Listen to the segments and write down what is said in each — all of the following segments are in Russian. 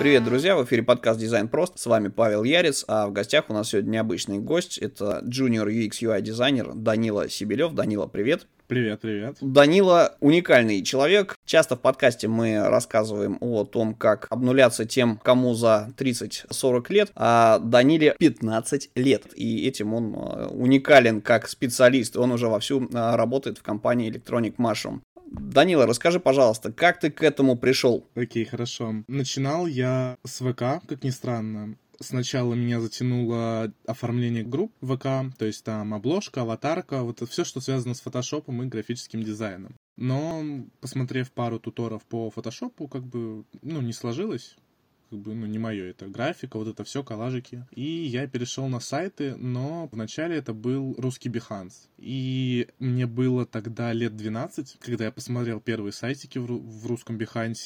Привет, друзья! В эфире подкаст «Дизайн Прост». С вами Павел Ярец, а в гостях у нас сегодня необычный гость. Это junior UX UI дизайнер Данила Сибелев. Данила, привет! Привет, привет. Данила уникальный человек. Часто в подкасте мы рассказываем о том, как обнуляться тем, кому за 30-40 лет, а Даниле 15 лет. И этим он уникален как специалист. Он уже вовсю работает в компании Electronic Mushroom. Данила, расскажи, пожалуйста, как ты к этому пришел? Окей, хорошо. Начинал я с ВК, как ни странно. Сначала меня затянуло оформление групп ВК, то есть там обложка, аватарка, вот это все, что связано с фотошопом и графическим дизайном. Но, посмотрев пару туторов по фотошопу, не сложилось. Не мое это графика, вот это все, коллажики. И я перешел на сайты, но вначале это был русский Behance. И мне было тогда лет 12, когда я посмотрел первые сайтики в русском Behance,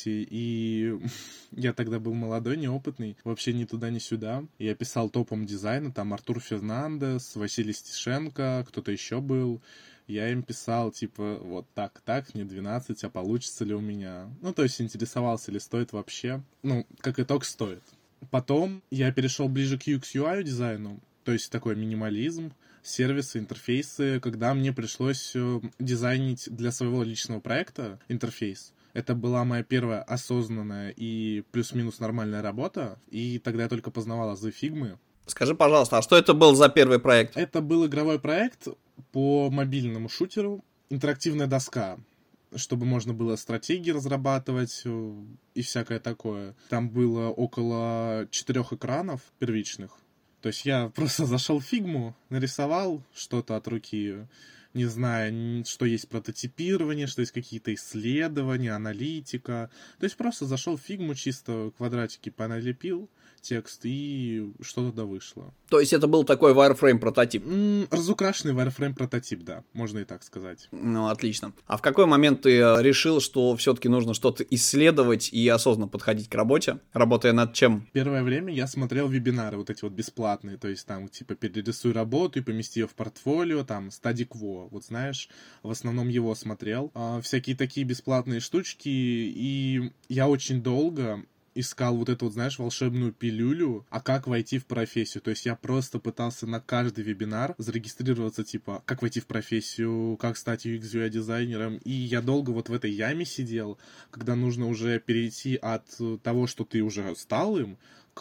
и я тогда был молодой, неопытный, вообще ни туда, ни сюда. Я писал топом дизайна, там Артур Фернандес, Василий Стешенко, кто-то еще был. Я им писал, вот так, мне 12, а получится ли у меня? То есть интересовался ли стоит вообще. Как итог, стоит. Потом я перешел ближе к UX-UI дизайну, то есть такой минимализм, сервисы, интерфейсы, когда мне пришлось дизайнить для своего личного проекта интерфейс. Это была моя первая осознанная и плюс-минус нормальная работа, и тогда я только познавал азы фигмы. Скажи, пожалуйста, а что это был за первый проект? Это был игровой проект по мобильному шутеру, интерактивная доска, чтобы можно было стратегии разрабатывать и всякое такое. Там было около 4 экранов первичных. То есть я просто зашел в фигму, нарисовал что-то от руки, не зная, что есть прототипирование, что есть какие-то исследования, аналитика. То есть просто зашел в фигму, чисто квадратики поналепил, текст, и что-то да вышло. То есть это был такой wireframe прототип? Разукрашенный wireframe прототип, да, можно и так сказать. Отлично. А в какой момент ты решил, что все-таки нужно что-то исследовать и осознанно подходить к работе, работая над чем? Первое время я смотрел вебинары вот эти вот бесплатные, то есть там перерисуй работу и помести ее в портфолио, там Static Wo, вот знаешь, в основном его смотрел. Всякие такие бесплатные штучки, и я очень долго искал вот эту вот, знаешь, волшебную пилюлю, а как войти в профессию. То есть я просто пытался на каждый вебинар зарегистрироваться, как войти в профессию, как стать UX-UI дизайнером. И я долго вот в этой яме сидел, когда нужно уже перейти от того, что ты уже стал им, к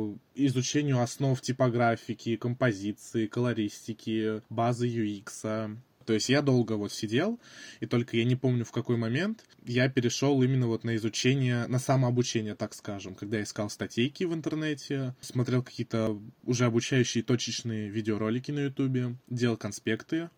изучению основ типографики, композиции, колористики, базы UX. То есть я долго вот сидел, и только я не помню в какой момент я перешел именно вот на изучение, на самообучение, так скажем, когда я искал статейки в интернете, смотрел какие-то уже обучающие точечные видеоролики на ютубе, делал конспекты,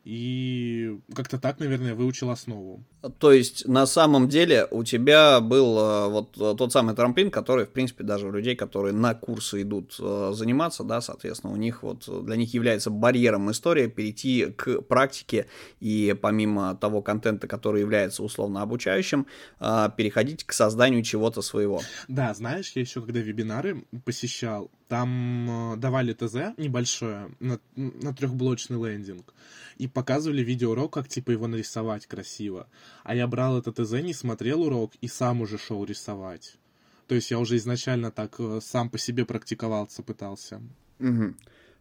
и как-то так, наверное, выучил основу. То есть, на самом деле, у тебя был вот тот самый трамплин, который, в принципе, даже у людей, которые на курсы идут заниматься, да, соответственно, у них для них является барьером история перейти к практике и помимо того контента, который является условно обучающим, переходить к созданию чего-то своего. Да, знаешь, я еще когда вебинары посещал, там давали ТЗ небольшое на 3-блочный лендинг и показывали видеоурок, как его нарисовать красиво. А я брал это ТЗ, не смотрел урок и сам уже шел рисовать. То есть я уже изначально так сам по себе практиковаться пытался. Угу.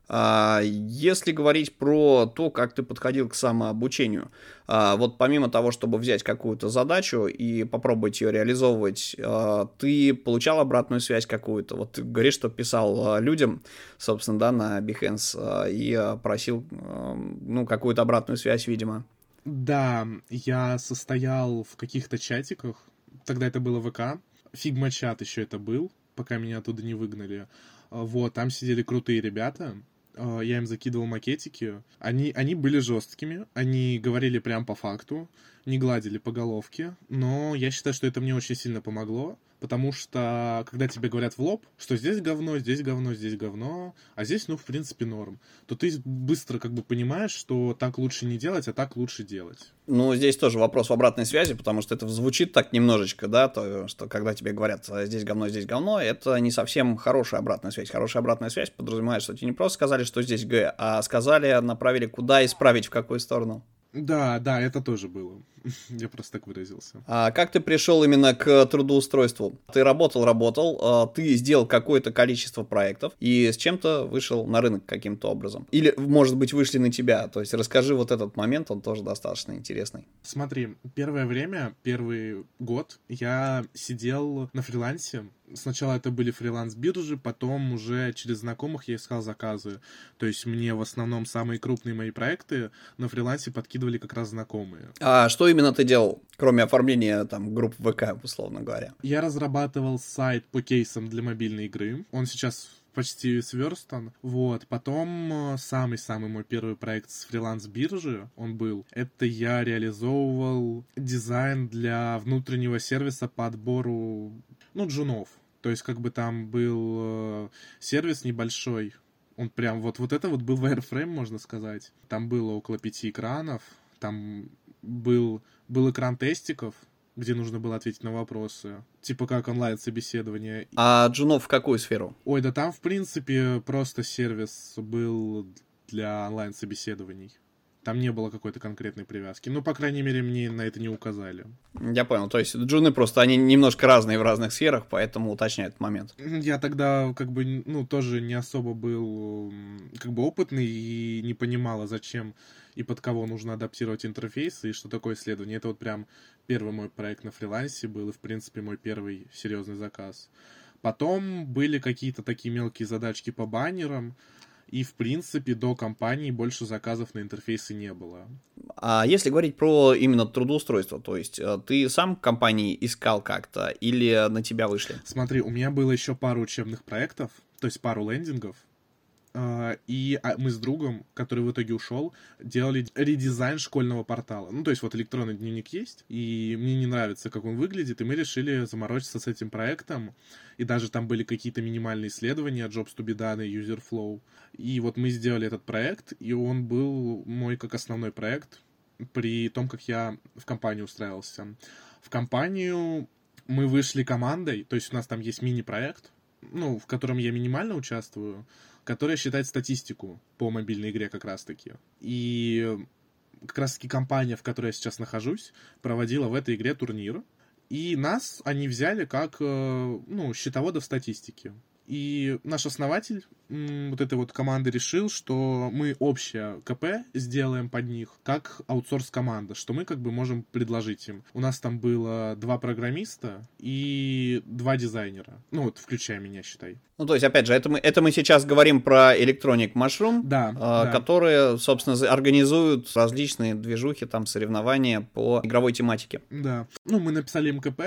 Если говорить про то, как ты подходил к самообучению, вот помимо того, чтобы взять какую-то задачу и попробовать ее реализовывать, ты получал обратную связь какую-то? Вот ты говоришь, что писал людям, собственно, да, на Behance и просил, какую-то обратную связь, видимо. Да, я состоял в каких-то чатиках, тогда это было ВК, Фигма-чат еще это был, пока меня оттуда не выгнали. Вот, там сидели крутые ребята, я им закидывал макетики, они были жесткими, они говорили прям по факту, не гладили по головке, но я считаю, что это мне очень сильно помогло, потому что, когда тебе говорят в лоб, что здесь говно, здесь говно, здесь говно, а здесь, в принципе, норм, то ты быстро понимаешь, что так лучше не делать, а так лучше делать. Здесь тоже вопрос в обратной связи, потому что это звучит так немножечко, да, что когда тебе говорят здесь говно, это не совсем хорошая обратная связь. Хорошая обратная связь подразумевает, что тебе не просто сказали, что здесь Г, а сказали, направили куда исправить, в какую сторону. Да, да, это тоже было. Я просто так выразился. А как ты пришел именно к трудоустройству? Ты работал, ты сделал какое-то количество проектов и с чем-то вышел на рынок каким-то образом. Или, может быть, вышли на тебя. То есть расскажи вот этот момент, он тоже достаточно интересный. Смотри, первое время, первый год я сидел на фрилансе. Сначала это были фриланс-биржи, потом уже через знакомых я искал заказы. То есть мне в основном самые крупные мои проекты на фрилансе подкидывали как раз знакомые. А что именно ты делал, кроме оформления там групп ВК, условно говоря? Я разрабатывал сайт по кейсам для мобильной игры. Он сейчас почти сверстан. Вот. Потом самый-самый мой первый проект с фриланс-биржи, он был, это я реализовывал дизайн для внутреннего сервиса по отбору, джунов. То есть как бы там был сервис небольшой. Он прям вот это вот был Wireframe, можно сказать. Там было около 5 экранов. Там был экран тестиков, где нужно было ответить на вопросы. Типа как онлайн-собеседование. А джунов в какую сферу? Ой, да там, в принципе, просто сервис был для онлайн-собеседований. Там не было какой-то конкретной привязки. Ну, по крайней мере, мне на это не указали. Я понял. То есть джуны просто, они немножко разные в разных сферах, поэтому уточняю этот момент. Я тогда, тоже не особо был, опытный и не понимала, зачем и под кого нужно адаптировать интерфейсы и что такое исследование. Это вот прям первый мой проект на фрилансе был и, в принципе, мой первый серьезный заказ. Потом были какие-то такие мелкие задачки по баннерам, и, в принципе, до компании больше заказов на интерфейсы не было. А если говорить про именно трудоустройство, то есть ты сам компании искал как-то или на тебя вышли? Смотри, у меня было еще пару учебных проектов, то есть пару лендингов, и мы с другом, который в итоге ушел, делали редизайн школьного портала. Ну, то есть вот электронный дневник есть, и мне не нравится, как он выглядит, и мы решили заморочиться с этим проектом, и даже там были какие-то минимальные исследования, Jobs to be done и User Flow. И вот мы сделали этот проект, и он был мой как основной проект при том, как я в компанию устраивался. В компанию мы вышли командой, то есть у нас там есть мини-проект, в котором я минимально участвую, которая считает статистику по мобильной игре как раз-таки. И как раз-таки компания, в которой я сейчас нахожусь, проводила в этой игре турнир. И нас они взяли как, счетоводов статистики. И наш основатель вот этой вот команды решил, что мы общее КП сделаем под них, как аутсорс-команда, что мы как бы можем предложить им. У нас там было 2 программиста и 2 дизайнера. Включая меня, считай. То есть, опять же, это мы сейчас говорим про Electronic Mushroom, да. которые, собственно, организуют различные движухи, там, соревнования по игровой тематике. Да. Мы написали МКП.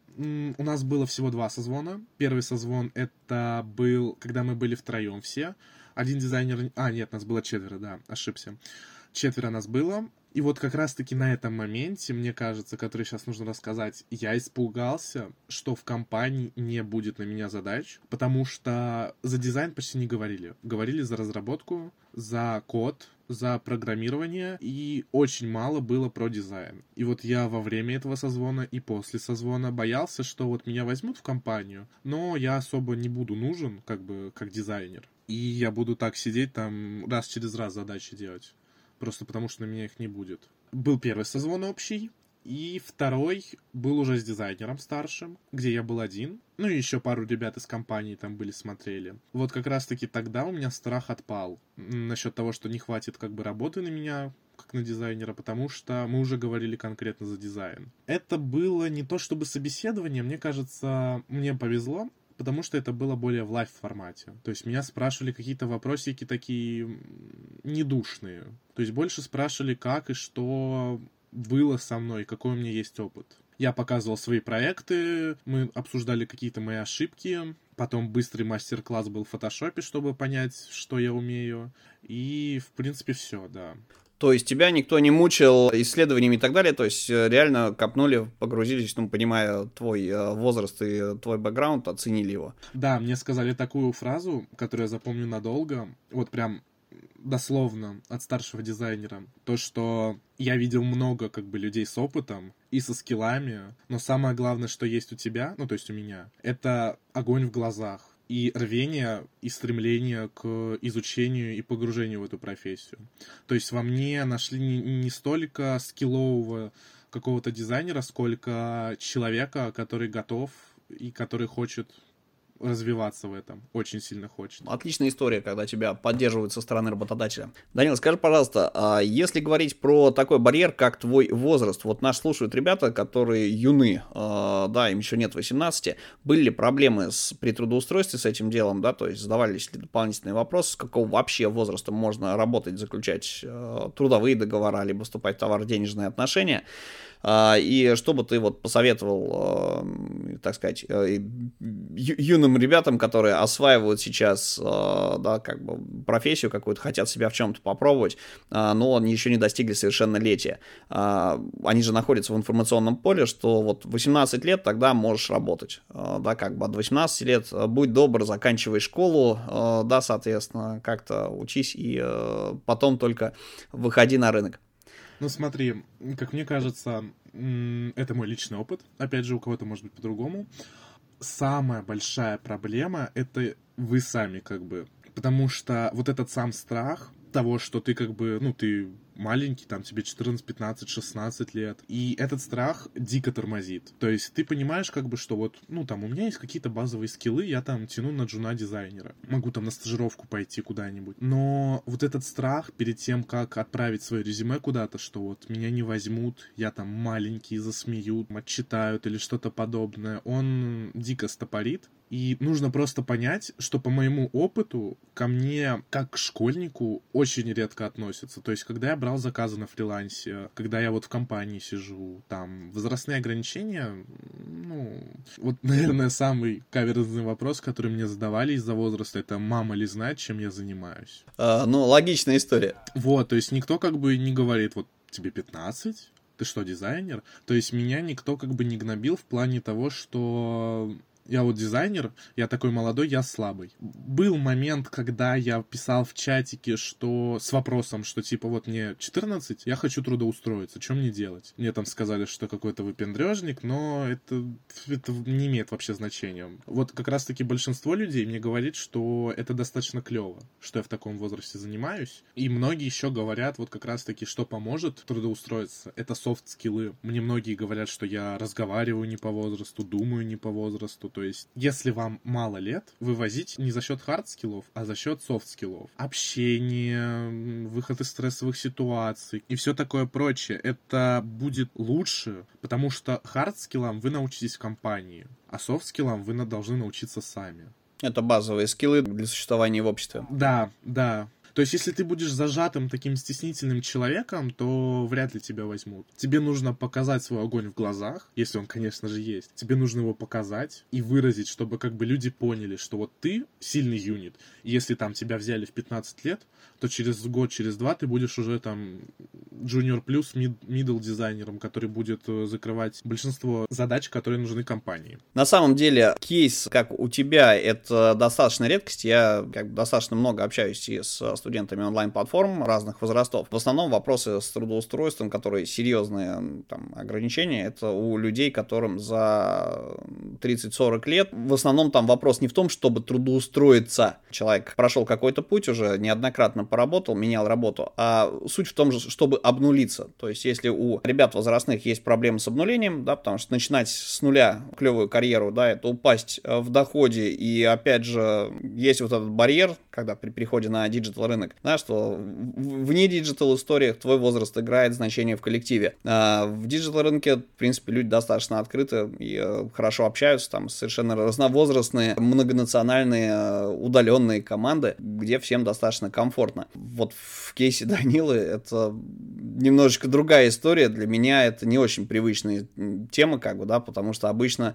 У нас было всего 2 созвона. Первый созвон это был, когда мы были втроем все. Один дизайнер... нет, нас было 4, да, ошибся. 4 нас было. И вот как раз-таки на этом моменте, мне кажется, который сейчас нужно рассказать, я испугался, что в компании не будет на меня задач, потому что за дизайн почти не говорили. Говорили за разработку, за код, за программирование, и очень мало было про дизайн. И вот я во время этого созвона и после созвона боялся, что вот меня возьмут в компанию, но я особо не буду нужен, как дизайнер. И я буду так сидеть там раз через раз задачи делать. Просто потому, что на меня их не будет. Был первый созвон общий, и второй был уже с дизайнером старшим, где я был один. И еще пару ребят из компании там были, смотрели. Вот как раз-таки тогда у меня страх отпал. Насчет того, что не хватит работы на меня, как на дизайнера, потому что мы уже говорили конкретно за дизайн. Это было не то чтобы собеседование, мне кажется, мне повезло, потому что это было более в лайв-формате. То есть меня спрашивали какие-то вопросики такие недушные. То есть больше спрашивали, как и что было со мной, какой у меня есть опыт. Я показывал свои проекты, мы обсуждали какие-то мои ошибки, потом быстрый мастер-класс был в фотошопе, чтобы понять, что я умею. И, в принципе, все, да. То есть тебя никто не мучил исследованиями и так далее, то есть реально копнули, погрузились, понимая твой возраст и твой бэкграунд, оценили его. Да, мне сказали такую фразу, которую я запомню надолго, вот прям дословно от старшего дизайнера, то, что я видел много людей с опытом и со скиллами, но самое главное, что есть у тебя, то есть у меня, это огонь в глазах. и рвение, и стремление к изучению и погружению в эту профессию. То есть во мне нашли не столько скиллового какого-то дизайнера, сколько человека, который готов и который хочет развиваться в этом, очень сильно хочет. Отличная история, когда тебя поддерживают со стороны работодателя. Данил, скажи, пожалуйста, а если говорить про такой барьер, как твой возраст, вот нас слушают ребята, которые юны, да, им еще нет 18, были ли проблемы при трудоустройстве с этим делом, да, то есть задавались ли дополнительные вопросы, с какого вообще возраста можно работать, заключать трудовые договора, либо вступать в товарно-денежные отношения, и что бы ты вот посоветовал, так сказать, юным ребятам, которые осваивают сейчас, да, как бы профессию какую-то, хотят себя в чем-то попробовать, но они еще не достигли совершеннолетия. Они же находятся в информационном поле, что вот 18 лет, тогда можешь работать, да, как бы от 18 лет будь добр, заканчивай школу, да, соответственно, как-то учись и потом только выходи на рынок. Ну смотри, как мне кажется, это мой личный опыт. Опять же, у кого-то может быть по-другому. Самая большая проблема — это вы сами, как бы. Потому что вот этот сам страх того, что ты как бы, ну, ты маленький, там, тебе 14, 15, 16 лет, и этот страх дико тормозит. То есть ты понимаешь, как бы, что вот, ну, там, у меня есть какие-то базовые скиллы, я там тяну на джуна-дизайнера, могу там на стажировку пойти куда-нибудь. Но вот этот страх перед тем, как отправить свое резюме куда-то, что вот меня не возьмут, я там маленький, засмеют, отчитают или что-то подобное, он дико стопорит. И нужно просто понять, что по моему опыту ко мне, как к школьнику, очень редко относятся. То есть, когда я брал заказы на фрилансе, когда я вот в компании сижу, там, возрастные ограничения, ну, вот, наверное, самый каверзный вопрос, который мне задавали из-за возраста, это мама ли знает, чем я занимаюсь. Ну, логичная история. Вот, то есть, никто как бы не говорит, вот, тебе 15? Ты что, дизайнер? То есть, меня никто как бы не гнобил в плане того, что... Я вот дизайнер, я такой молодой, я слабый. Был момент, когда я писал в чатике, что с вопросом, что типа вот мне 14, я хочу трудоустроиться, что мне делать? Мне там сказали, что какой-то выпендрежник, но это не имеет вообще значения. Вот как раз-таки большинство людей мне говорит, что это достаточно клево, что я в таком возрасте занимаюсь. И многие еще говорят вот как раз-таки, что поможет трудоустроиться. Это софт-скиллы. Мне многие говорят, что я разговариваю не по возрасту, думаю не по возрасту. То есть, если вам мало лет, вывозить не за счет хард-скиллов, а за счет софт-скиллов. Общение, выход из стрессовых ситуаций и все такое прочее. Это будет лучше, потому что хард-скиллам вы научитесь в компании, а софт-скиллам вы должны научиться сами. Это базовые скиллы для существования в обществе. Да, да. То есть, если ты будешь зажатым таким стеснительным человеком, то вряд ли тебя возьмут. Тебе нужно показать свой огонь в глазах, если он, конечно же, есть. Тебе нужно его показать и выразить, чтобы как бы люди поняли, что вот ты сильный юнит. И если там тебя взяли в 15 лет, то через год, через два ты будешь уже там junior плюс middle дизайнером, который будет закрывать большинство задач, которые нужны компании. На самом деле, кейс, как у тебя, это достаточно редкость. Я как бы достаточно много общаюсь и с студентами онлайн-платформ разных возрастов. В основном вопросы с трудоустройством, которые серьезные там, ограничения, это у людей, которым за 30-40 лет. В основном там вопрос не в том, чтобы трудоустроиться. Человек прошел какой-то путь уже, неоднократно поработал, менял работу, а суть в том, чтобы обнулиться. То есть, если у ребят возрастных есть проблемы с обнулением, да, потому что начинать с нуля клевую карьеру, да, это упасть в доходе, и опять же, есть вот этот барьер, когда при переходе на диджитал рынок, да, что в не диджитал историях твой возраст играет значение в коллективе. А в диджитал рынке, в принципе, люди достаточно открыты и хорошо общаются, там совершенно разновозрастные, многонациональные, удаленные команды, где всем достаточно комфортно. Вот в кейсе Данилы это немножечко другая история. Для меня это не очень привычная тема, как бы, да, потому что обычно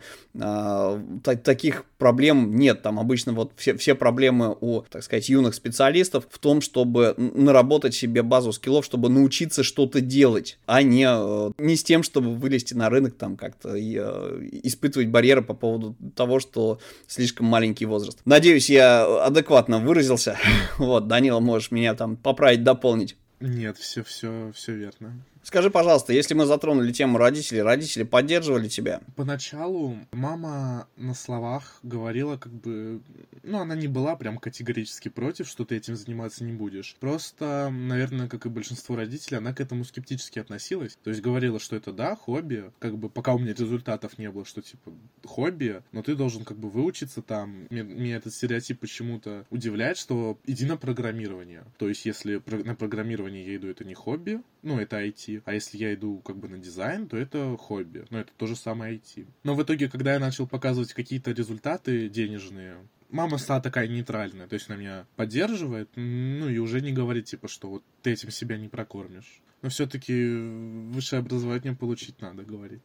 таких проблем нет. Там обычно вот все проблемы у, так сказать, юных специалистов в том, чтобы наработать себе базу скиллов, чтобы научиться что-то делать, а не с тем, чтобы вылезти на рынок там как-то и испытывать барьеры по поводу того, что слишком маленький возраст. Надеюсь, я адекватно выразился. Вот, Данила, можешь меня там поправить, дополнить. Нет, все верно. Скажи, пожалуйста, если мы затронули тему родителей, родители поддерживали тебя? Поначалу мама на словах говорила, как бы, ну, она не была прям категорически против, что ты этим заниматься не будешь. Просто, наверное, как и большинство родителей, она к этому скептически относилась. То есть говорила, что это да, хобби, как бы пока у меня результатов не было, что типа хобби, но ты должен как бы выучиться там. Меня этот стереотип почему-то удивляет, что иди на программирование. То есть если на программирование я иду, это не хобби, ну, это IT. А если я иду как бы на дизайн, то это хобби. Но это то же самое IT. Но в итоге, когда я начал показывать какие-то результаты денежные, мама стала такая нейтральная. То есть она меня поддерживает, ну и уже не говорит, типа, что вот ты этим себя не прокормишь. Но все-таки высшее образование получить надо, говорит.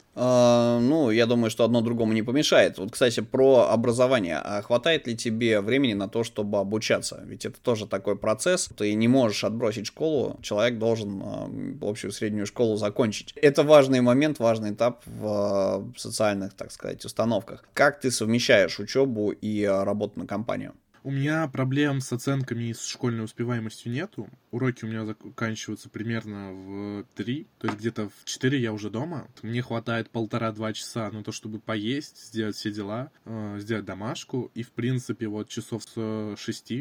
Ну, я думаю, что одно другому не помешает. Вот, кстати, про образование. А хватает ли тебе времени на то, чтобы обучаться? Ведь это тоже такой процесс. Ты не можешь отбросить школу. Человек должен общую среднюю школу закончить. Это важный момент, важный этап в социальных, так сказать, установках. Как ты совмещаешь учебу и работу на компанию? У меня проблем с оценками и с школьной успеваемостью нету. Уроки у меня заканчиваются примерно в 3, то есть где-то в 4 я уже дома. Мне хватает 1,5-2 часа на то, чтобы поесть, сделать все дела, сделать домашку. И, в принципе, вот часов с 6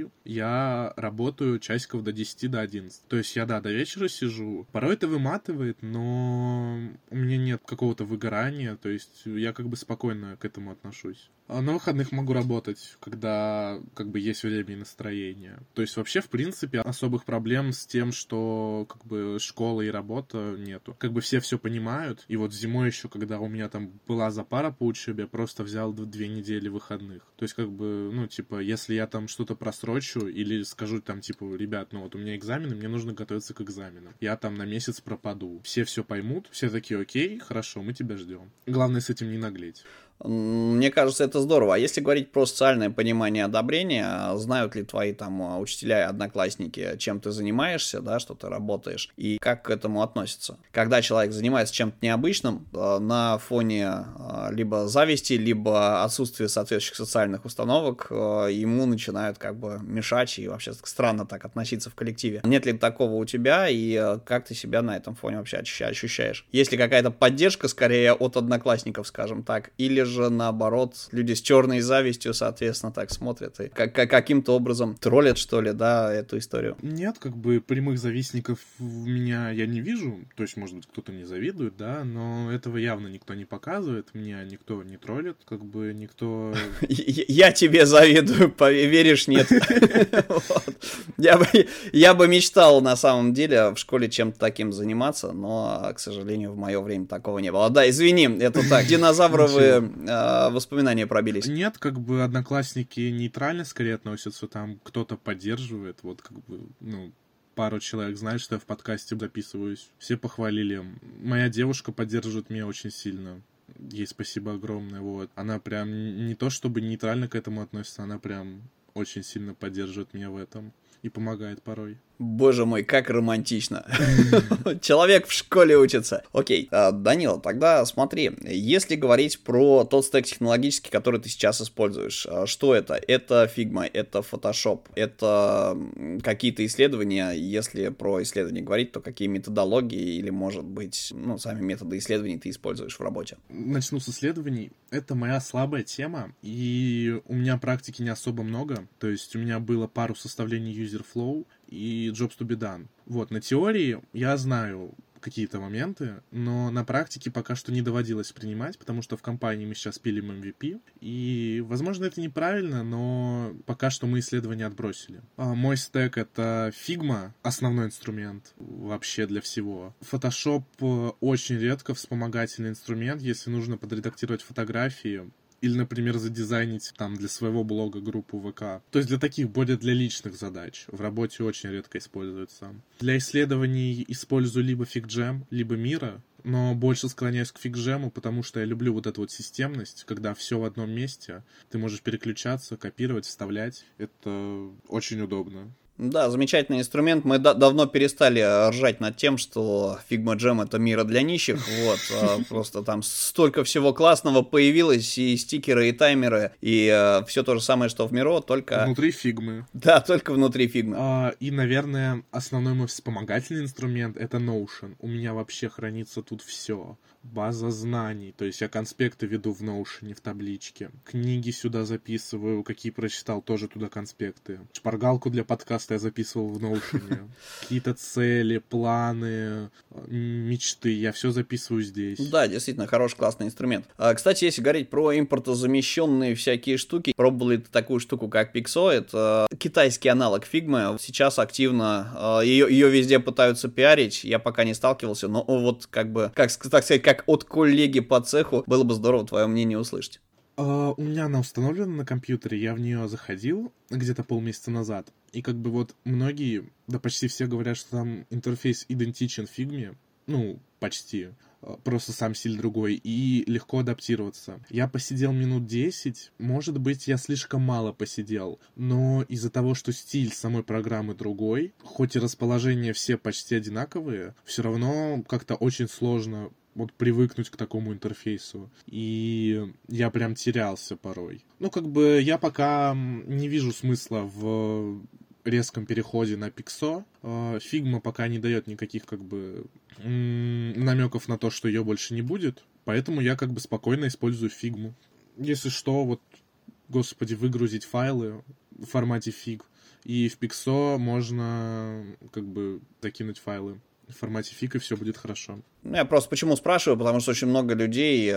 я работаю часиков до 10, до 11. То есть я, да, до вечера сижу. Порой это выматывает, но у меня нет какого-то выгорания, то есть я как бы спокойно к этому отношусь. На выходных могу работать, когда как бы есть время и настроение. То есть вообще, в принципе, особых проблем с тем, что как бы школа и работа нету. Как бы все понимают. И вот зимой еще, когда у меня там была запара по учебе, я просто взял 2 недели выходных. То есть как бы, ну, типа, если я там что-то просрочу или скажу там, типа, ребят, ну вот у меня экзамены, мне нужно готовиться к экзаменам. Я там на месяц пропаду. Все поймут, все такие, окей, хорошо, мы тебя ждем. Главное с этим не наглеть. Мне кажется, это здорово. А если говорить про социальное понимание одобрения, знают ли твои там учителя и одноклассники, чем ты занимаешься, да, что ты работаешь, и как к этому относятся? Когда человек занимается чем-то необычным, на фоне либо зависти, либо отсутствия соответствующих социальных установок, ему начинают как бы мешать и вообще странно так относиться в коллективе. Нет ли такого у тебя, и как ты себя на этом фоне вообще ощущаешь? Есть ли какая-то поддержка, скорее, от одноклассников, скажем так, или же наоборот, люди с черной завистью, соответственно, так смотрят и каким-то образом троллят, что ли, да, эту историю? Нет, как бы прямых завистников в меня я не вижу, то есть, может быть, кто-то мне завидует, да, но этого явно никто не показывает, меня никто не троллит, как бы никто... Я тебе завидую, веришь, нет. Я бы мечтал, на самом деле, в школе чем-то таким заниматься, но, к сожалению, в мое время такого не было. Да, извини, это так, динозавровые воспоминания пробились. Нет, как бы одноклассники нейтрально скорее относятся, там кто-то поддерживает, вот как бы, ну, пару человек знает, что я в подкасте записываюсь, все похвалили. Моя девушка поддерживает меня очень сильно. Ей спасибо огромное, вот. Она прям не то чтобы нейтрально к этому относится, она прям очень сильно поддерживает меня в этом и помогает порой. Боже мой, как романтично. Человек в школе учится. Окей, Данила, тогда смотри, если говорить про тот стек технологический, который ты сейчас используешь, что это? Это Figma, это Photoshop, это какие-то исследования, если про исследования говорить, то какие методологии или, может быть, ну, сами методы исследований ты используешь в работе? Начну с исследований. Это моя слабая тема, и у меня практики не особо много. То есть у меня было пару составлений user flow и jobs to be done. Вот, на теории я знаю какие-то моменты, но на практике пока что не доводилось принимать, потому что в компании мы сейчас пилим MVP, и, возможно, это неправильно, но пока что мы исследования отбросили. Мой стек — это Figma, основной инструмент вообще для всего. Photoshop очень редко вспомогательный инструмент, если нужно подредактировать фотографии, или, например, задизайнить там для своего блога группу ВК. То есть для таких, более для личных задач. В работе очень редко используется. Для исследований использую либо FigJam, либо Miro, но больше склоняюсь к FigJam, потому что я люблю вот эту вот системность, когда все в одном месте. Ты можешь переключаться, копировать, вставлять. Это очень удобно. Да, замечательный инструмент. Мы давно перестали ржать над тем, что Figma Jam — это мира для нищих. Вот, просто там столько всего классного появилось, и стикеры, и таймеры, и все то же самое, что в Miro, только... Внутри фигмы. Да, только внутри Figma. И, наверное, основной мой вспомогательный инструмент — это Notion. У меня вообще хранится тут все. База знаний. То есть я конспекты веду в Notion, в табличке. Книги сюда записываю, какие прочитал, тоже туда конспекты. Шпаргалку для подкаста я записывал в Notion. Какие-то цели, планы, мечты. Я все записываю здесь. Да, действительно, хороший, классный инструмент. Кстати, если говорить про импортозамещенные всякие штуки, пробовали такую штуку, как Pixo. Это китайский аналог Figma. Сейчас активно ее везде пытаются пиарить. Я пока не сталкивался, но вот как бы, так сказать, как от коллеги по цеху, было бы здорово твое мнение услышать. У меня она установлена на компьютере, я в нее заходил где-то полмесяца назад, и как бы вот многие, да почти все говорят, что там интерфейс идентичен Figma, ну, почти, просто сам стиль другой, и легко адаптироваться. Я посидел минут 10, может быть, я слишком мало посидел, но из-за того, что стиль самой программы другой, хоть и расположения все почти одинаковые, все равно как-то очень сложно вот привыкнуть к такому интерфейсу. И я прям терялся порой. Ну, как бы я пока не вижу смысла в резком переходе на Pixo. Figma пока не дает никаких как бы намеков на то, что ее больше не будет. Поэтому я как бы спокойно использую Figma. Если что, вот, господи, выгрузить файлы в формате fig. И в Pixo можно как бы закинуть файлы в формате фиг, и все будет хорошо. Я просто почему спрашиваю, потому что очень много людей,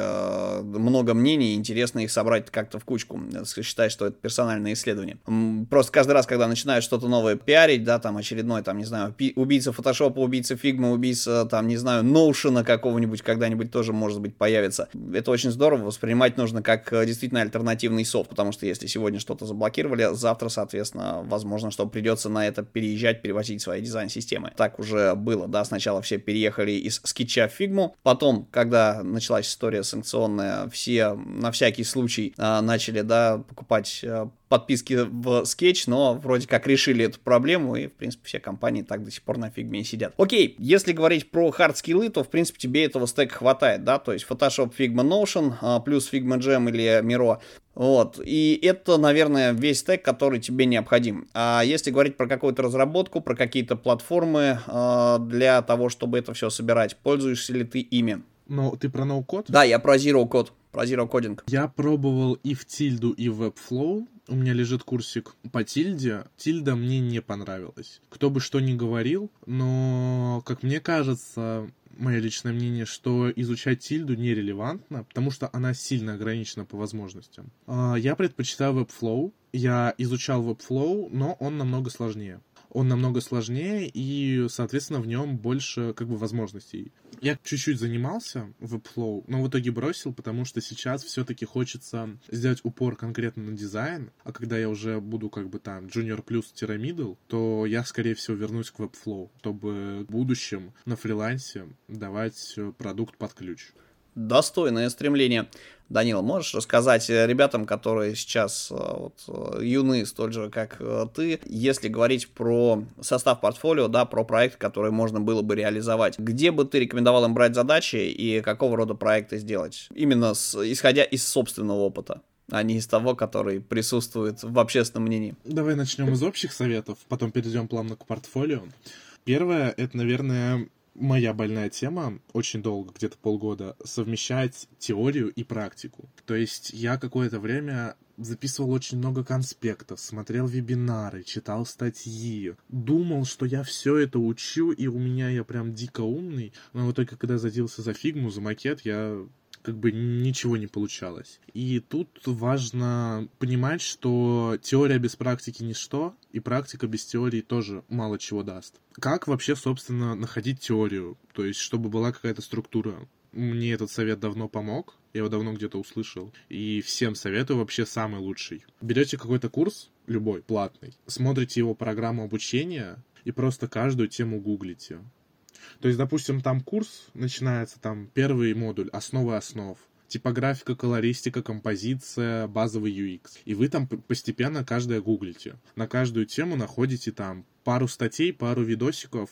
много мнений, интересно их собрать как-то в кучку. Считай, что это персональное исследование. Просто каждый раз, когда начинают что-то новое пиарить, да, там очередной, там, не знаю, убийца Photoshop, убийца Figma, убийца, там, не знаю, Notion какого-нибудь когда-нибудь тоже, может быть, появится. Это очень здорово, воспринимать нужно как действительно альтернативный софт, потому что если сегодня что-то заблокировали, завтра, соответственно, возможно, что придется на это переезжать, перевозить свои дизайн-системы. Так уже было, да, сначала все переехали из скетча в Figma, потом, когда началась история санкционная, все на всякий случай начали, да, покупать подписки в Sketch, но вроде как решили эту проблему, и, в принципе, все компании так до сих пор на Figma и сидят. Окей, если говорить про хардскиллы, то, в принципе, тебе этого стека хватает, да, то есть Photoshop, Figma, Notion, плюс Figma Jam или Miro. Вот, и это, наверное, весь стек, который тебе необходим. А если говорить про какую-то разработку, про какие-то платформы для того, чтобы это все собирать, пользуешься ли ты ими? Но ты про ноу-код? Да, я про Zero Code, про Zero Coding. Я пробовал и в Тильду, и в Webflow. У меня лежит курсик по Тильде. Тильда мне не понравилась. Кто бы что ни говорил, но, как мне кажется, мое личное мнение, что изучать Тильду нерелевантно, потому что она сильно ограничена по возможностям. Я предпочитаю Webflow. Я изучал Webflow, но он намного сложнее. Он намного сложнее, и, соответственно, в нем больше как бы возможностей. Я чуть-чуть занимался в Webflow, но в итоге бросил, потому что сейчас все-таки хочется сделать упор конкретно на дизайн, а когда я уже буду как бы там junior plus-middle, то я, скорее всего, вернусь к Webflow, чтобы в будущем на фрилансе давать продукт под ключ. Достойное стремление. Данила, можешь рассказать ребятам, которые сейчас юны, столь же, как ты, если говорить про состав портфолио, да, про проект, который можно было бы реализовать, где бы ты рекомендовал им брать задачи и какого рода проекты сделать? Именно исходя из собственного опыта, а не из того, который присутствует в общественном мнении. Давай начнем из общих советов, потом перейдем плавно к портфолио. Первое, это, наверное, моя больная тема, очень долго, где-то полгода, совмещать теорию и практику. То есть я какое-то время записывал очень много конспектов, смотрел вебинары, читал статьи, думал, что я все это учу, и у меня я прям дико умный, но в итоге, когда садился за фигму, за макет, я как бы ничего не получалось. И тут важно понимать, что теория без практики ничто, и практика без теории тоже мало чего даст. Как вообще, собственно, находить теорию? То есть, чтобы была какая-то структура. Мне этот совет давно помог, я его давно где-то услышал, и всем советую вообще самый лучший. Берете какой-то курс, любой, платный, смотрите его программу обучения и просто каждую тему гуглите. То есть, допустим, там курс начинается, там, первый модуль, основы основ. типографика, колористика, композиция, базовый UX. И вы там постепенно каждое гуглите. На каждую тему находите там пару статей, пару видосиков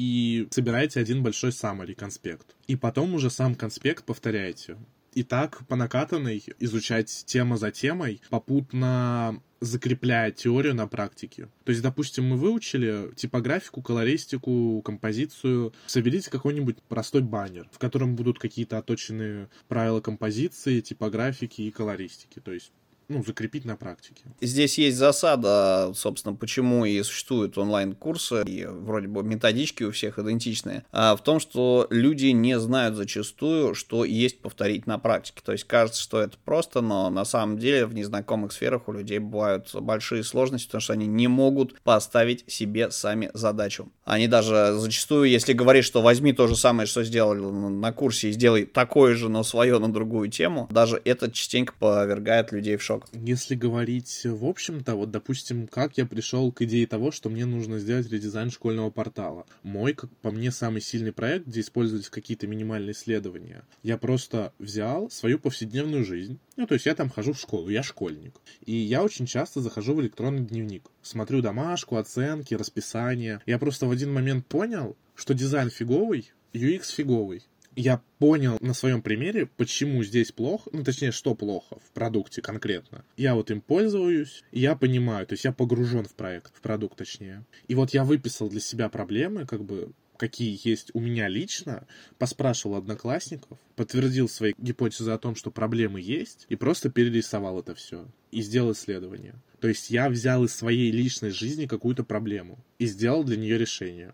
и собираете один большой summary, конспект. И потом уже сам конспект повторяете. И так по накатанной изучать тема за темой, попутно закрепляя теорию на практике. То есть, допустим, мы выучили типографику, колористику, композицию. Соберите какой-нибудь простой баннер, в котором будут какие-то отточенные правила композиции, типографики и колористики. То есть, закрепить на практике. Здесь есть засада, собственно, почему и существуют онлайн-курсы, и вроде бы методички у всех идентичные, в том, что люди не знают зачастую, что есть повторить на практике. То есть кажется, что это просто, но на самом деле в незнакомых сферах у людей бывают большие сложности, потому что они не могут поставить себе сами задачу. Они даже зачастую, если говоришь, что возьми то же самое, что сделали на курсе, и сделай такое же, но свое на другую тему, даже это частенько повергает людей в шок. Если говорить в общем-то, вот, допустим, как я пришел к идее того, что мне нужно сделать редизайн школьного портала. Мой, как по мне, самый сильный проект, где использовались какие-то минимальные исследования. Я просто взял свою повседневную жизнь. То есть я там хожу в школу, я школьник. И я очень часто захожу в электронный дневник. Смотрю домашку, оценки, расписание. Я просто в один момент понял, что дизайн фиговый, UX фиговый. Я понял на своем примере, почему здесь плохо, точнее, что плохо в продукте конкретно. Я вот им пользуюсь, и я понимаю, то есть я погружен в проект, в продукт точнее. И вот я выписал для себя проблемы, какие есть у меня лично, поспрашивал одноклассников, подтвердил свои гипотезы о том, что проблемы есть, и просто перерисовал это все. И сделал исследование. То есть я взял из своей личной жизни какую-то проблему и сделал для нее решение.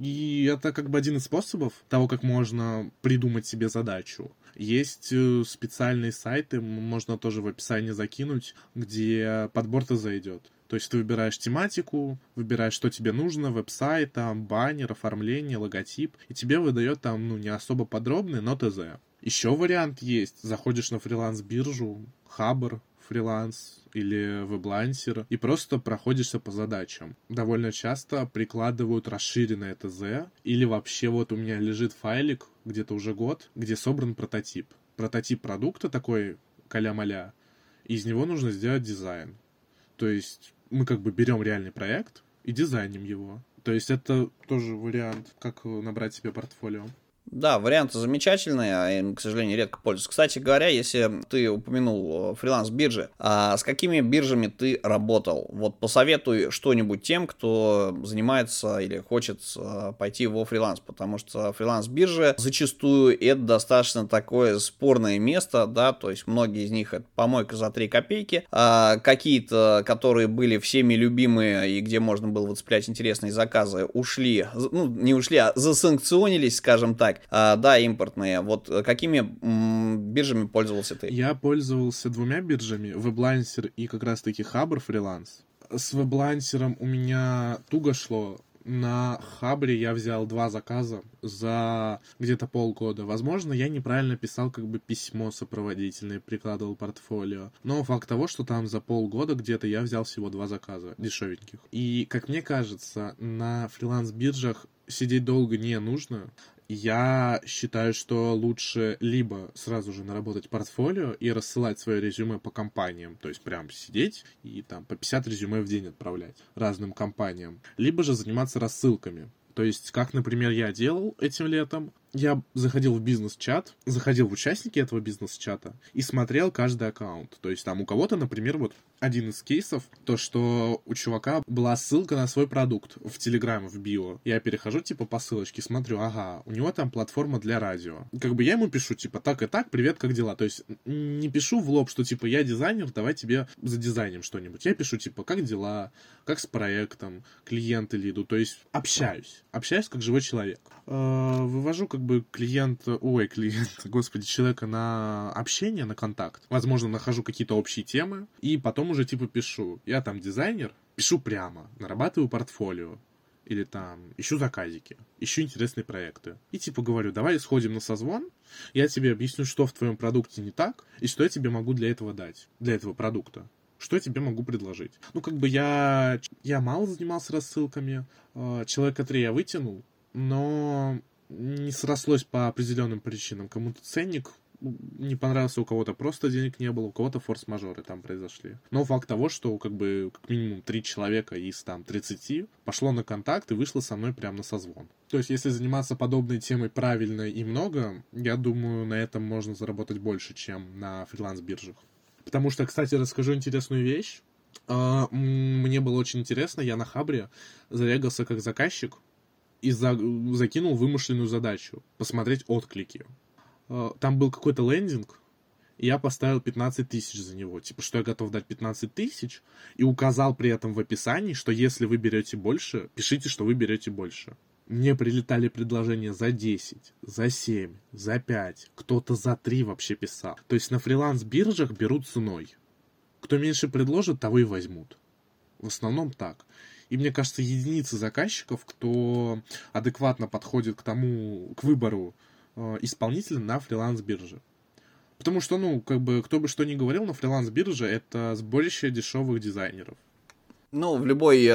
И это один из способов того, как можно придумать себе задачу. Есть специальные сайты, можно тоже в описании закинуть, где подбор ТЗ идет. То есть ты выбираешь тематику, выбираешь, что тебе нужно, веб-сайт, баннер, оформление, логотип, и тебе выдает там, не особо подробный, но ТЗ. Еще вариант есть. Заходишь на фриланс-биржу, Хабр, фриланс или веблансер и просто проходишься по задачам. Довольно часто прикладывают расширенное ТЗ или вообще вот у меня лежит файлик где-то уже год, где собран прототип. Прототип продукта такой каля-маля, и из него нужно сделать дизайн. То есть мы берем реальный проект и дизайним его. То есть это тоже вариант, как набрать себе портфолио. Да, варианты замечательные, а им, к сожалению, редко пользуются. Кстати говоря, если ты упомянул фриланс-биржи, а с какими биржами ты работал? Вот посоветуй что-нибудь тем, кто занимается или хочет пойти во фриланс, потому что фриланс-биржи зачастую это достаточно такое спорное место, да, то есть многие из них это помойка за 3 копейки, а какие-то, которые были всеми любимые и где можно было выцеплять интересные заказы, ушли, не ушли, а засанкционились, скажем так. Да, импортные. Вот какими биржами пользовался ты? Я пользовался 2 биржами, веблансер и как раз-таки Хабр фриланс. С веблансером у меня туго шло. На Хабре я взял 2 заказа за где-то полгода. Возможно, я неправильно писал письмо сопроводительное, прикладывал портфолио. Но факт того, что там за полгода где-то я взял всего 2 заказа дешевеньких. И, как мне кажется, на фриланс-биржах сидеть долго не нужно. Я считаю, что лучше либо сразу же наработать портфолио и рассылать свое резюме по компаниям, то есть прям сидеть и там по 50 резюме в день отправлять разным компаниям, либо же заниматься рассылками. То есть, как, например, я делал этим летом, я заходил в бизнес-чат, заходил в участники этого бизнес-чата и смотрел каждый аккаунт. То есть там у кого-то, например, вот один из кейсов, то, что у чувака была ссылка на свой продукт в Телеграме, в био. Я перехожу, по ссылочке, смотрю, ага, у него там платформа для радио. Я ему пишу, так и так, привет, как дела? То есть не пишу в лоб, что, я дизайнер, давай тебе задизайним что-нибудь. Я пишу, как дела, как с проектом, клиенты ли идут. То есть общаюсь как живой человек. Вывожу человека на общение, на контакт. Возможно, нахожу какие-то общие темы, и потом уже пишу. Я там дизайнер, пишу прямо, нарабатываю портфолио. Или там ищу заказики, ищу интересные проекты. И говорю, давай сходим на созвон, я тебе объясню, что в твоем продукте не так, и что я тебе могу для этого дать, для этого продукта. Что я тебе могу предложить? Я мало занимался рассылками, человека 3 я вытянул, но не срослось по определенным причинам. Кому-то ценник не понравился, у кого-то просто денег не было, у кого-то форс-мажоры там произошли. Но факт того, что как минимум 3 человека из там 30 пошло на контакт и вышло со мной прямо на созвон. То есть, если заниматься подобной темой правильно и много, я думаю, на этом можно заработать больше, чем на фриланс-биржах. Потому что, кстати, расскажу интересную вещь. Мне было очень интересно, я на Хабре зарегался как заказчик и закинул вымышленную задачу посмотреть отклики. Там был какой-то лендинг, и я поставил 15 тысяч за него. Типа, что я готов дать 15 тысяч, и указал при этом в описании, что если вы берете больше, пишите, что вы берете больше. Мне прилетали предложения за 10, за 7, за 5, кто-то за 3 вообще писал. То есть на фриланс-биржах берут ценой. Кто меньше предложит, того и возьмут. В основном так. И мне кажется, единицы заказчиков, кто адекватно подходит к выбору исполнителя на фриланс-бирже. Потому что, кто бы что ни говорил, но фриланс-биржа — это сборище дешевых дизайнеров. Ну, в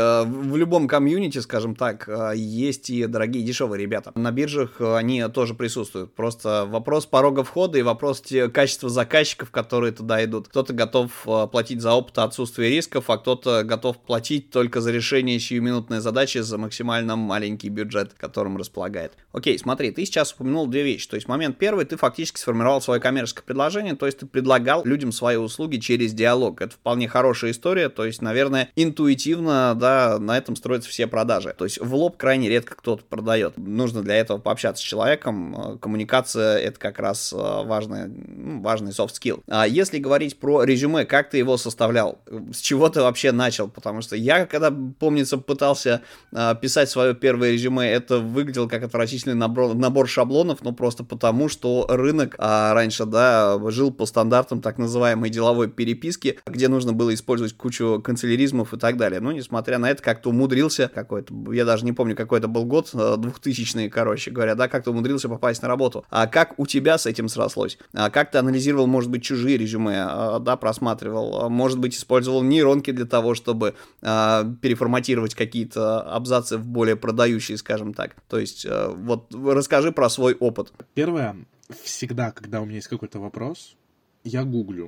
любом комьюнити, скажем так, есть и дорогие дешевые ребята. На биржах они тоже присутствуют. Просто вопрос порога входа и вопрос качества заказчиков, которые туда идут. Кто-то готов платить за опыт отсутствия рисков, а кто-то готов платить только за решение сиюминутной задачи за максимально маленький бюджет, которым располагает. Окей, смотри, ты сейчас упомянул две вещи. То есть момент первый, ты фактически сформировал свое коммерческое предложение, то есть ты предлагал людям свои услуги через диалог. Это вполне хорошая история, то есть, наверное, интуитивно, да, на этом строятся все продажи. То есть в лоб крайне редко кто-то продает. Нужно для этого пообщаться с человеком. Коммуникация — это как раз важный soft skill. А если говорить про резюме, как ты его составлял? С чего ты вообще начал? Потому что я, когда, помнится, пытался писать свое первое резюме, это выглядело как отвратительный набор шаблонов, но просто потому, что рынок раньше, да, жил по стандартам так называемой деловой переписки, где нужно было использовать кучу канцеляризмов и так далее. Но, несмотря на это, как-то умудрился я даже не помню, какой это был год, 2000-е, короче говоря, да, как-то умудрился попасть на работу. А как у тебя с этим срослось? Как ты анализировал, может быть, чужие резюме, да, просматривал, может быть, использовал нейронки для того, чтобы переформатировать какие-то абзацы в более продающие, скажем так. То есть, вот, расскажи про свой опыт. Первое, всегда, когда у меня есть какой-то вопрос, я гуглю.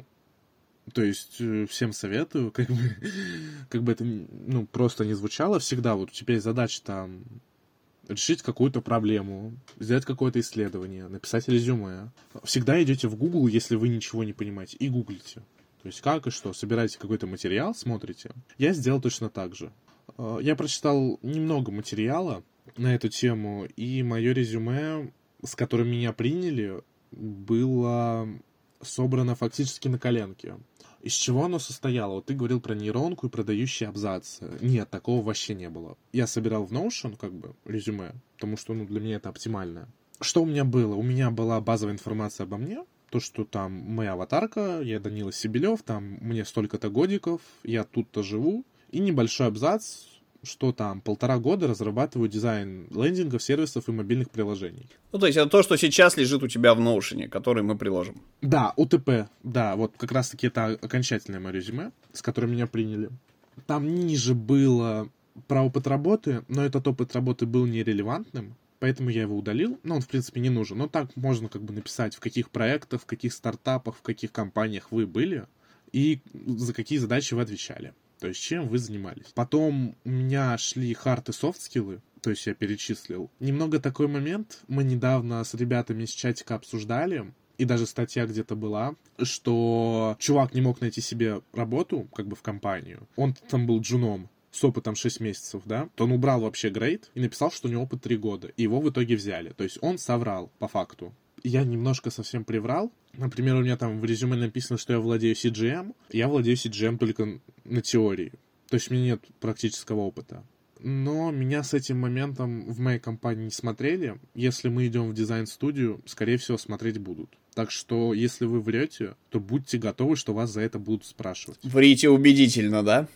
То есть всем советую, как бы это просто не звучало, всегда вот у тебя есть задача там решить какую-то проблему, сделать какое-то исследование, написать резюме. Всегда идете в Google, если вы ничего не понимаете, и гуглите. То есть как и что, собираете какой-то материал, смотрите. Я сделал точно так же. Я прочитал немного материала на эту тему, и мое резюме, с которым меня приняли, было собрано фактически на коленке. Из чего оно состояло? Вот ты говорил про нейронку и продающие абзацы. Нет, такого вообще не было. Я собирал в Notion, резюме, потому что, для меня это оптимально. Что у меня было? У меня была базовая информация обо мне, то, что там моя аватарка, я Данила Сибелев, там мне столько-то годиков, я тут-то живу, и небольшой абзац, что там 1,5 года разрабатываю дизайн лендингов, сервисов и мобильных приложений. Ну, то есть это то, что сейчас лежит у тебя в Notion, который мы приложим. Да, УТП, да, вот как раз-таки это окончательное мое резюме, с которым меня приняли. Там ниже было про опыт работы, но этот опыт работы был нерелевантным, поэтому я его удалил. Он, в принципе, не нужен. Но так можно написать, в каких проектах, в каких стартапах, в каких компаниях вы были и за какие задачи вы отвечали. То есть, чем вы занимались. Потом у меня шли хард и софт-скиллы, то есть я перечислил. Немного такой момент мы недавно с ребятами из чатика обсуждали, и даже статья где-то была, что чувак не мог найти себе работу, в компанию. Он там был джуном с опытом 6 месяцев, да, то он убрал вообще грейд и написал, что у него опыт 3 года. И его в итоге взяли. То есть он соврал по факту. Я немножко совсем приврал. Например, у меня там в резюме написано, что я владею CGM. Я владею CGM только на теории. То есть у меня нет практического опыта. Но меня с этим моментом в моей компании не смотрели. Если мы идем в дизайн-студию, скорее всего, смотреть будут. Так что, если вы врете, то будьте готовы, что вас за это будут спрашивать. Врите убедительно, да?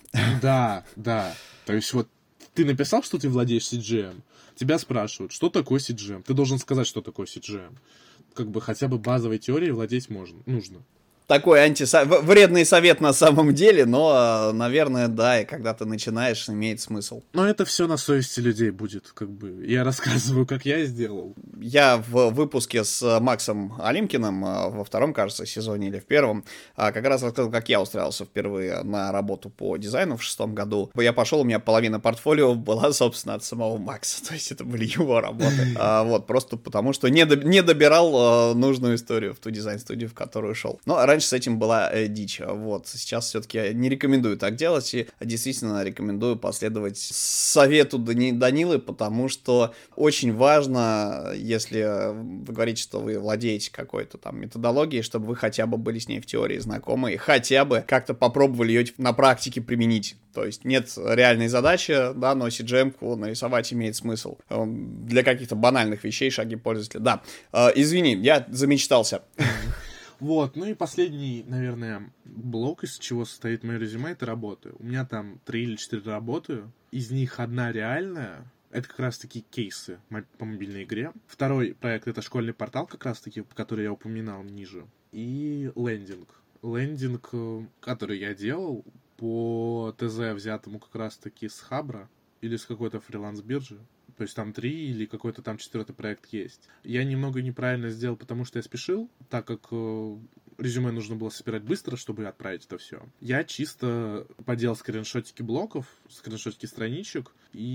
Да. То есть вот ты написал, что ты владеешь CGM, тебя спрашивают, что такое CGM. Ты должен сказать, что такое CGM. Хотя бы базовой теорией владеть нужно. такой вредный совет на самом деле, но, наверное, да, и когда ты начинаешь, имеет смысл. Но это все на совести людей будет, как бы. Я рассказываю, как я сделал. Я в выпуске с Максом Алимкиным во втором, кажется, сезоне или в первом как раз рассказал, как я устраивался впервые на работу по дизайну в 2006 году. Я пошел, у меня половина портфолио была, собственно, от самого Макса, то есть это были его работы. Вот, просто потому что не добирал нужную историю в ту дизайн-студию, в которую шел. Но раньше с этим была дичь. Вот, сейчас все-таки я не рекомендую так делать, и действительно рекомендую последовать совету Данилы, потому что очень важно, если вы говорите, что вы владеете какой-то там методологией, чтобы вы хотя бы были с ней в теории знакомы, и хотя бы как-то попробовали ее на практике применить. То есть нет реальной задачи, да, но CGM-ку нарисовать имеет смысл. Для каких-то банальных вещей шаги пользователя. Да, извини, я замечтался. Вот, ну и последний, наверное, блок, из чего состоит мое резюме, это работы. У меня там 3 или 4 работы, из них одна реальная. Это как раз-таки кейсы по мобильной игре. Второй проект — это школьный портал, как раз-таки, который я упоминал ниже. И лендинг. Лендинг, который я делал по ТЗ, взятому как раз-таки с Хабра или с какой-то фриланс-биржи. То есть там 3 или какой-то там 4-й проект есть. Я немного неправильно сделал, потому что я спешил, так как резюме нужно было собирать быстро, чтобы отправить это все. Я чисто поделал скриншотики блоков, скриншотики страничек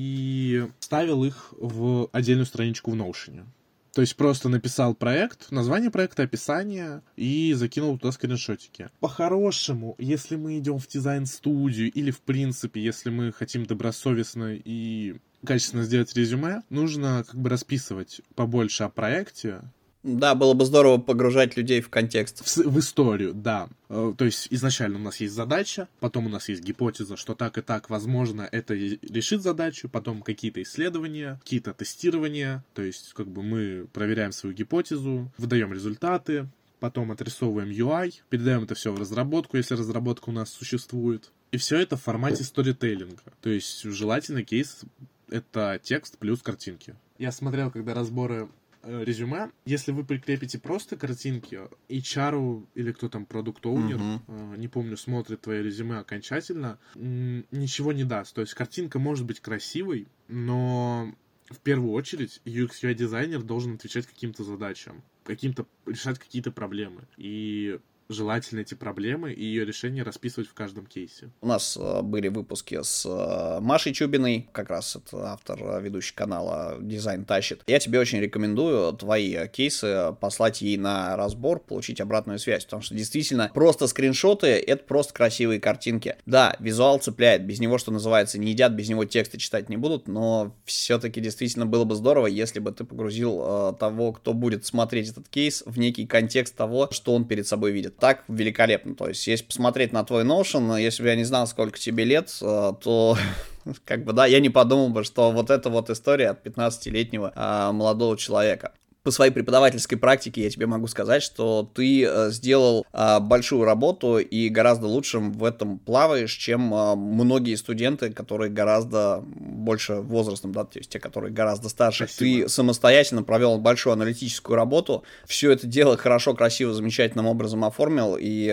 и ставил их в отдельную страничку в Notion. То есть просто написал проект, название проекта, описание и закинул туда скриншотики. По-хорошему, если мы идем в дизайн-студию или, в принципе, если мы хотим добросовестно и качественно сделать резюме, нужно как бы расписывать побольше о проекте. Да, было бы здорово погружать людей в контекст. В историю, да. То есть изначально у нас есть задача, потом у нас есть гипотеза, что так и так, возможно, это решит задачу, потом какие-то исследования, какие-то тестирования, то есть как бы мы проверяем свою гипотезу, выдаем результаты, потом отрисовываем UI, передаем это все в разработку, если разработка у нас существует. И все это в формате сторителлинга. То есть желательно кейс — это текст плюс картинки. Я смотрел, когда разборы резюме, если вы прикрепите просто картинки, HR или кто там, продукт-оунер, не помню, смотрит твое резюме окончательно, ничего не даст. То есть картинка может быть красивой, но в первую очередь UX/UI-дизайнер должен отвечать каким-то задачам, решать какие-то проблемы. И желательно эти проблемы и ее решение расписывать в каждом кейсе. У нас были выпуски с Машей Чубиной, как раз это автор, ведущий канала «Дизайн тащит». Я тебе очень рекомендую твои кейсы послать ей на разбор, получить обратную связь, потому что действительно просто скриншоты — это просто красивые картинки. Да, визуал цепляет, без него, что называется, не едят, без него тексты читать не будут, но все-таки действительно было бы здорово, если бы ты погрузил того, кто будет смотреть этот кейс, в некий контекст того, что он перед собой видит. Так великолепно. То есть, если посмотреть на твой Notion, если бы я не знал, сколько тебе лет, то как бы, да, я не подумал бы, что вот эта вот история от 15-летнего молодого человека. По своей преподавательской практике я тебе могу сказать, что ты сделал большую работу и гораздо лучше в этом плаваешь, чем многие студенты, которые гораздо больше возрастом, да, то есть те, которые гораздо старше. Спасибо. Ты самостоятельно провел большую аналитическую работу, все это дело хорошо, красиво, замечательным образом оформил, и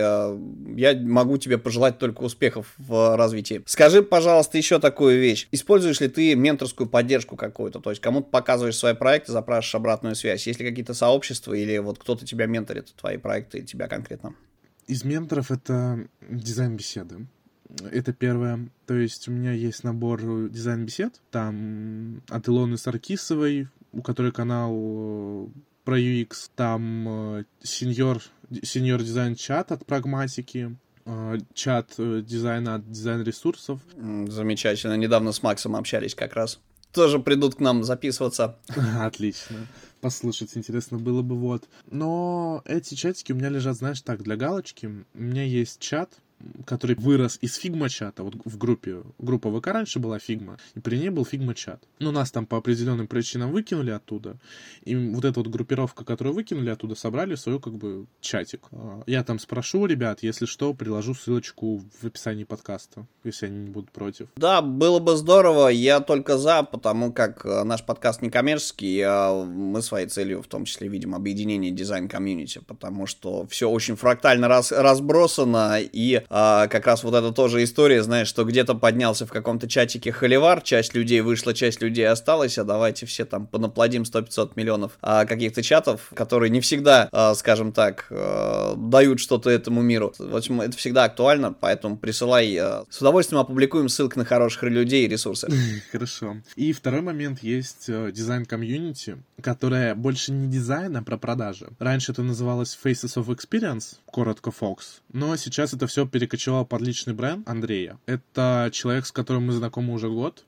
я могу тебе пожелать только успехов в развитии. Скажи, пожалуйста, еще такую вещь. Используешь ли ты менторскую поддержку какую-то? То есть кому-то показываешь свои проекты, запрашиваешь обратную связь? Есть ли какие-то сообщества или вот кто-то тебя менторит, твои проекты, тебя конкретно? Из менторов это дизайн-беседы. Это первое. То есть у меня есть набор дизайн-бесед. Там от Илоны Саркисовой, у которой канал про UX. Там сеньор дизайн-чат от Прагматики. Чат дизайна от дизайн-ресурсов. Замечательно. Недавно с Максом общались как раз. Тоже придут к нам записываться. Отлично. Послушать интересно было бы, вот. Но эти чатики у меня лежат, знаешь, так, для галочки. У меня есть чат, который вырос из Figma-чата. Вот в группа ВК раньше была Figma, и при ней был Figma-чат. Но нас там по определенным причинам выкинули оттуда, и вот эта вот группировка, которую выкинули оттуда, собрали в свою как бы чатик. Я там спрошу ребят, если что, приложу ссылочку в описании подкаста, если они не будут против. Да, было бы здорово, я только за, потому как наш подкаст не коммерческий, а мы своей целью в том числе видим объединение дизайн-комьюнити, потому что все очень фрактально разбросано, и как раз вот это тоже история, знаешь, что где-то поднялся в каком-то чатике холивар, часть людей вышла, часть людей осталась, а давайте все там понаплодим 100-500 миллионов каких-то чатов, которые не всегда, скажем так, дают что-то этому миру. В общем, это всегда актуально, поэтому присылай, с удовольствием опубликуем ссылки на хороших людей и ресурсы. Хорошо. И второй момент есть дизайн-комьюнити, которая больше не дизайн, а про продажи. Раньше это называлось Faces of Experience, коротко Fox, но сейчас это все перекочевало под личный бренд Андрея. Это человек, с которым мы знакомы уже год.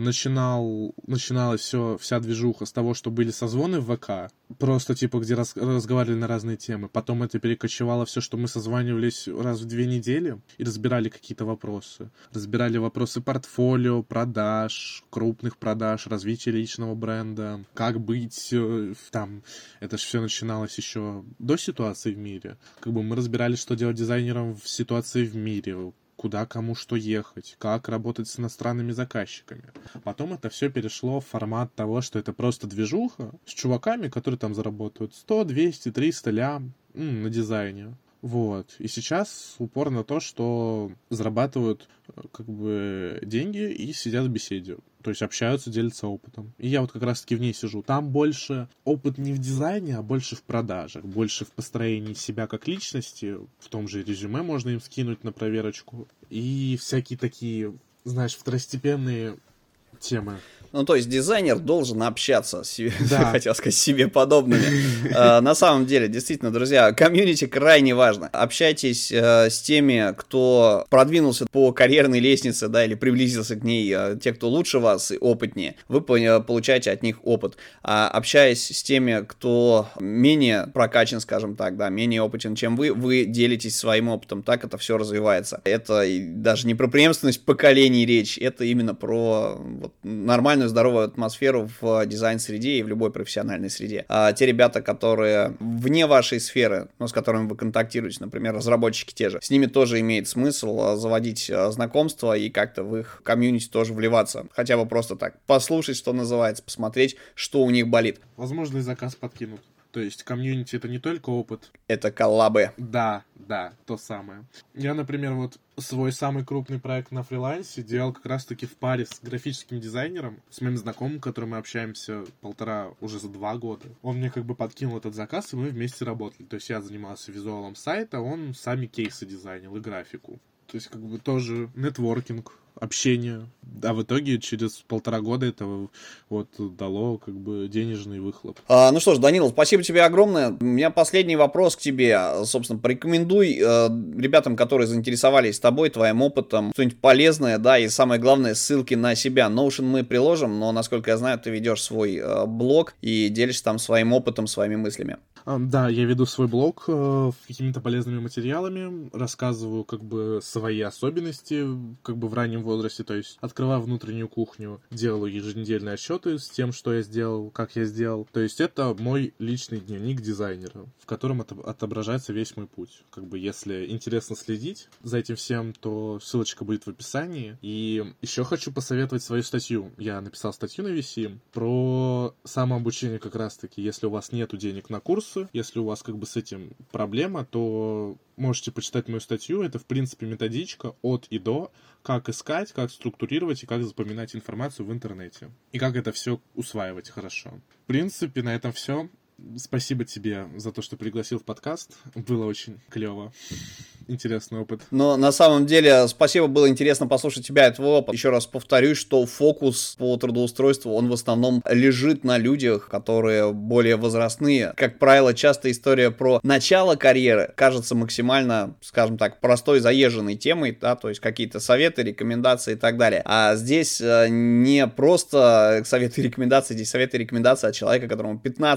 Начиналась вся движуха с того, что были созвоны в ВК, просто типа, где разговаривали на разные темы. Потом это перекочевало все, что мы созванивались раз в 2 недели и разбирали какие-то вопросы. Разбирали вопросы портфолио, продаж, крупных продаж, развития личного бренда, как быть там. Это же все начиналось еще до ситуации в мире. Как бы мы разбирали, что делать дизайнерам в ситуации в мире, куда кому что ехать, как работать с иностранными заказчиками. Потом это все перешло в формат того, что это просто движуха с чуваками, которые там заработают 100, 200, 300 лям на дизайне. Вот. И сейчас упор на то, что зарабатывают как бы деньги и сидят в беседе. То есть общаются, делятся опытом. И я вот как раз-таки в ней сижу. Там больше опыт не в дизайне, а больше в продажах. Больше в построении себя как личности. В том же резюме можно им скинуть на проверочку. И всякие такие, знаешь, второстепенные темы. Ну, то есть дизайнер должен общаться с себе, Да. хотел сказать, с себе подобными. На самом деле, действительно, друзья, комьюнити крайне важно. Общайтесь с теми, кто продвинулся по карьерной лестнице, да, или приблизился к ней, те, кто лучше вас и опытнее. Вы получаете от них опыт. Общаясь с теми, кто менее прокачан, скажем так, да, менее опытен, чем вы делитесь своим опытом. Так это все развивается. Это даже не про преемственность поколений речь, это именно про вот, нормальную здоровую атмосферу в дизайн-среде и в любой профессиональной среде. Те ребята, которые вне вашей сферы, но с которыми вы контактируете, например, разработчики те же, с ними тоже имеет смысл заводить знакомства и как-то в их комьюнити тоже вливаться. Хотя бы просто так послушать, что называется, посмотреть, что у них болит. Возможно, и заказ подкинут. То есть комьюнити — это не только опыт. Это коллабы. Да, то самое. Я, например, вот свой самый крупный проект на фрилансе делал как раз-таки в паре с графическим дизайнером, с моим знакомым, которым мы общаемся уже за 2 года. Он мне как бы подкинул этот заказ, и мы вместе работали. То есть я занимался визуалом сайта, он сами кейсы дизайнил и графику. То есть как бы тоже нетворкинг, общение. А в итоге через 1,5 года это вот дало как бы денежный выхлоп. Ну что ж, Данил, спасибо тебе огромное. У меня последний вопрос к тебе. Собственно, порекомендуй ребятам, которые заинтересовались тобой, твоим опытом, что-нибудь полезное, да, и самое главное, ссылки на себя. Notion мы приложим, но, насколько я знаю, ты ведешь свой блог и делишься там своим опытом, своими мыслями. Да, я веду свой блог с какими-то полезными материалами, рассказываю как бы свои особенности как бы в раннем возрасте, то есть открываю внутреннюю кухню, делаю еженедельные отчеты с тем, что я сделал, как я сделал. То есть это мой личный дневник дизайнера, в котором отображается весь мой путь. Как бы если интересно следить за этим всем, то ссылочка будет в описании. И еще хочу посоветовать свою статью. Я написал статью на VC про самообучение как раз-таки. Если у вас нету денег на курсы, если у вас как бы с этим проблема, то можете почитать мою статью. Это, в принципе, методичка от и до, как искать, как структурировать и как запоминать информацию в интернете. И как это все усваивать хорошо. В принципе, на этом все. Спасибо тебе за то, что пригласил в подкаст. Было очень клево. Интересный опыт. Но на самом деле, спасибо, было интересно послушать тебя и твой опыт. Еще раз повторюсь, что фокус по трудоустройству, он в основном лежит на людях, которые более возрастные. Как правило, часто история про начало карьеры кажется максимально, скажем так, простой, заезженной темой, да, то есть какие-то советы, рекомендации и так далее. А здесь не просто советы и рекомендации, здесь советы и рекомендации от человека, которому 15 лет,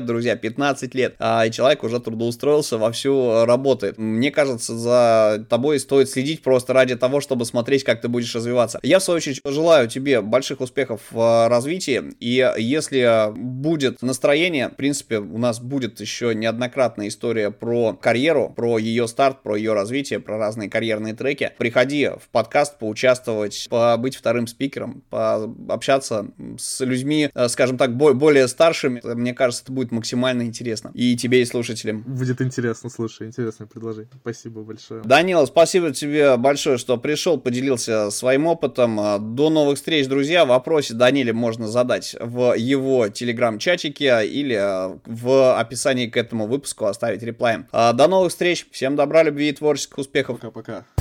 друзья, 15 лет, и человек уже трудоустроился, вовсю работает. Мне кажется, за тобой стоит следить просто ради того, чтобы смотреть, как ты будешь развиваться. Я, в свою очередь, желаю тебе больших успехов в развитии, и если будет настроение, в принципе, у нас будет еще неоднократная история про карьеру, про ее старт, про ее развитие, про разные карьерные треки. Приходи в подкаст, поучаствовать, побыть вторым спикером, пообщаться с людьми, скажем так, более старшими. Мне кажется, это будет максимально интересно. И тебе, и слушателям. Будет интересно, слушай, интересное предложение. Спасибо большое. Данила, спасибо тебе большое, что пришел, поделился своим опытом. До новых встреч, друзья. Вопросы Даниле можно задать в его телеграм-чатике или в описании к этому выпуску оставить реплаем. До новых встреч. Всем добра, любви и творческих успехов. Пока-пока.